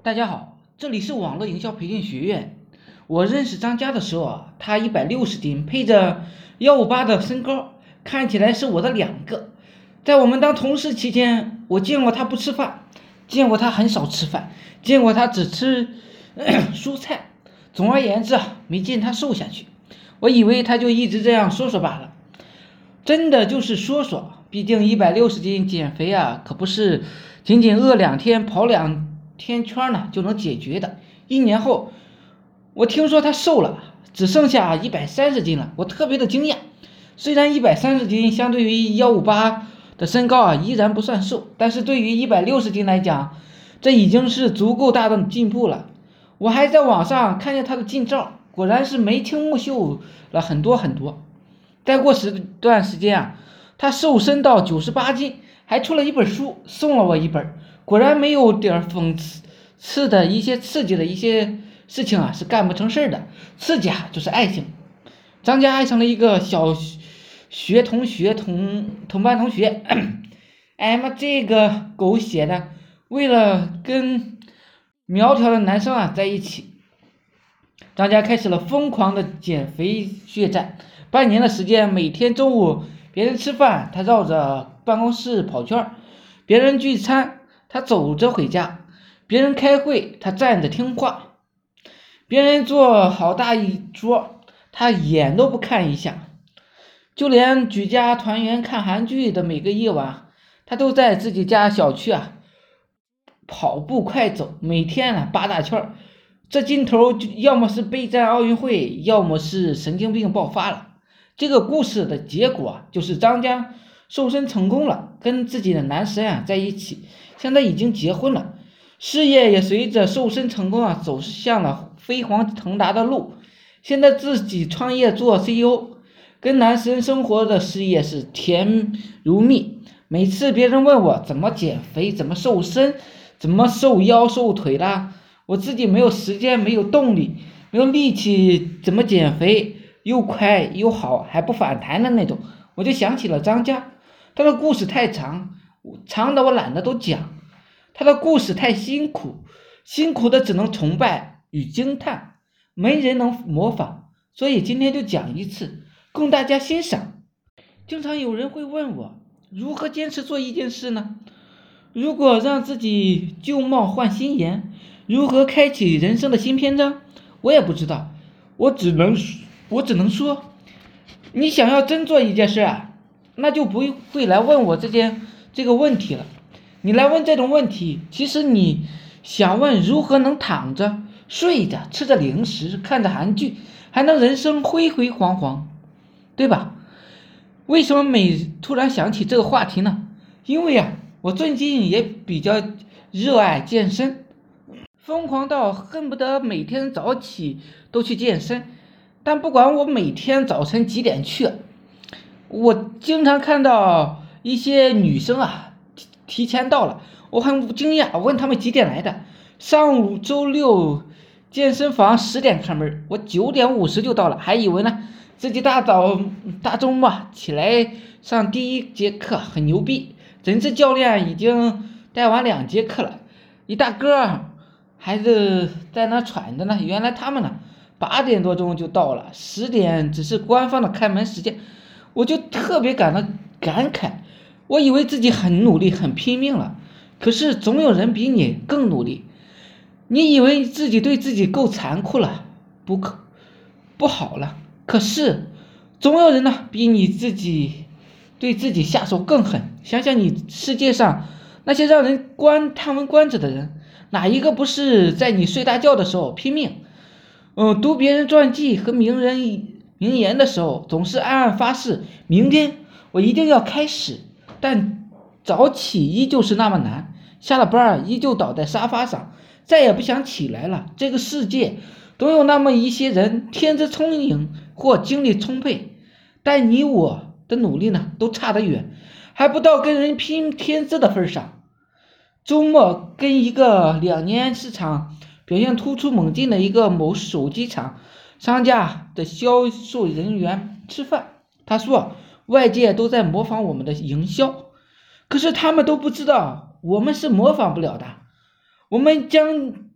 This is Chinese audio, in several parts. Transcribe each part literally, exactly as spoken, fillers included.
大家好，这里是网络营销培训学院。我认识张佳的时候啊，他一百六十斤，配着幺五八的身高，看起来是我的两个。在我们当同事期间，我见过他不吃饭，见过他很少吃饭，见过他只吃蔬菜。总而言之啊，没见他瘦下去。我以为他就一直这样说说罢了，真的就是说说。毕竟一百六十斤减肥啊，可不是仅仅饿两天、跑两天圈呢就能解决的。一年后，我听说他瘦了，只剩下一百三十斤了，我特别的惊讶。虽然一百三十斤相对于幺五八的身高啊依然不算瘦，但是对于一百六十斤来讲，这已经是足够大的进步了。我还在网上看见他的近照，果然是眉清目秀了很多很多。再过时段时间啊，他瘦身到九十八斤，还出了一本书，送了我一本。果然没有点讽刺刺的一些刺激的一些事情啊，是干不成事的。刺激啊，就是爱情。张家爱上了一个小学同学同同班同学，哎妈，这个狗血的，为了跟苗条的男生啊在一起，张家开始了疯狂的减肥血战。半年的时间，每天中午别人吃饭，他绕着办公室跑圈；别人聚餐，他走着回家；别人开会，他站着听话；别人做好大一桌，他眼都不看一下。就连举家团圆看韩剧的每个夜晚，他都在自己家小区啊跑步快走，每天啊八大圈。这劲头要么是备战奥运会，要么是神经病爆发了。这个故事的结果就是张家瘦身成功了，跟自己的男神啊在一起，现在已经结婚了，事业也随着瘦身成功啊走向了飞黄腾达的路。现在自己创业做 C E O， 跟男神生活的事业是甜如蜜。每次别人问我怎么减肥，怎么瘦身，怎么瘦腰瘦腿啦，我自己没有时间，没有动力，没有力气，怎么减肥又快又好还不反弹的那种。我就想起了张家，他的故事太长，长的我懒得都讲。他的故事太辛苦，辛苦的只能崇拜与惊叹，没人能模仿，所以今天就讲一次，供大家欣赏。经常有人会问我，如何坚持做一件事呢？如果让自己旧貌换新颜，如何开启人生的新篇章？我也不知道，我只能我只能说，你想要真做一件事啊，那就不会来问我这件这个问题了。你来问这种问题，其实你想问如何能躺着、睡着、吃着零食、看着韩剧，还能人生辉辉煌煌，对吧？为什么每突然想起这个话题呢？因为啊，我最近也比较热爱健身。疯狂到恨不得每天早起都去健身，但不管我每天早晨几点去，我经常看到一些女生啊提提前到了，我很惊讶，我问他们几点来的。上午周六健身房十点开门，我九点五十就到了，还以为呢自己大早大周末起来上第一节课很牛逼，怎知教练已经带完两节课了，一大哥还是在那喘着呢。原来他们呢八点多钟就到了，十点只是官方的开门时间。我就特别感到感慨，我以为自己很努力很拼命了，可是总有人比你更努力。你以为自己对自己够残酷了，不可不好了，可是总有人呢比你自己对自己下手更狠。想想你世界上那些让人观叹为观止的人，哪一个不是在你睡大觉的时候拼命？嗯，读别人传记和名人名言的时候，总是暗暗发誓，明天我一定要开始。但早起依旧是那么难，下了班依旧倒在沙发上，再也不想起来了。这个世界总有那么一些人，天资聪颖或精力充沛，但你我的努力呢，都差得远，还不到跟人拼天资的份上。周末跟一个两年市场表现突出猛进的一个某手机厂商家的销售人员吃饭，他说外界都在模仿我们的营销，可是他们都不知道我们是模仿不了的。我们将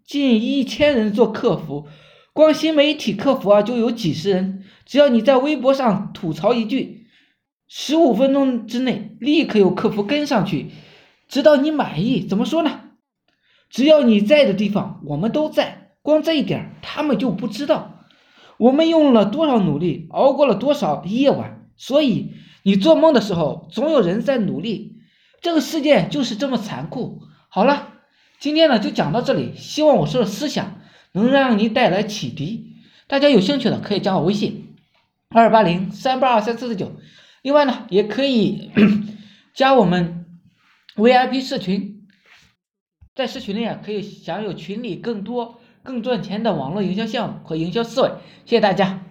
近一千人做客服，光新媒体客服啊就有几十人。只要你在微博上吐槽一句，十五分钟之内立刻有客服跟上去，直到你满意。怎么说呢？只要你在的地方，我们都在。光这一点，他们就不知道我们用了多少努力，熬过了多少夜晚。所以你做梦的时候，总有人在努力。这个世界就是这么残酷。好了，今天呢就讲到这里，希望我说的思想能让你带来启迪。大家有兴趣的可以加我微信二八零三八二三四四九，另外呢也可以加我们 V I P 社群，在社群里啊可以享有群里更多更赚钱的网络营销项目和营销思维。谢谢大家。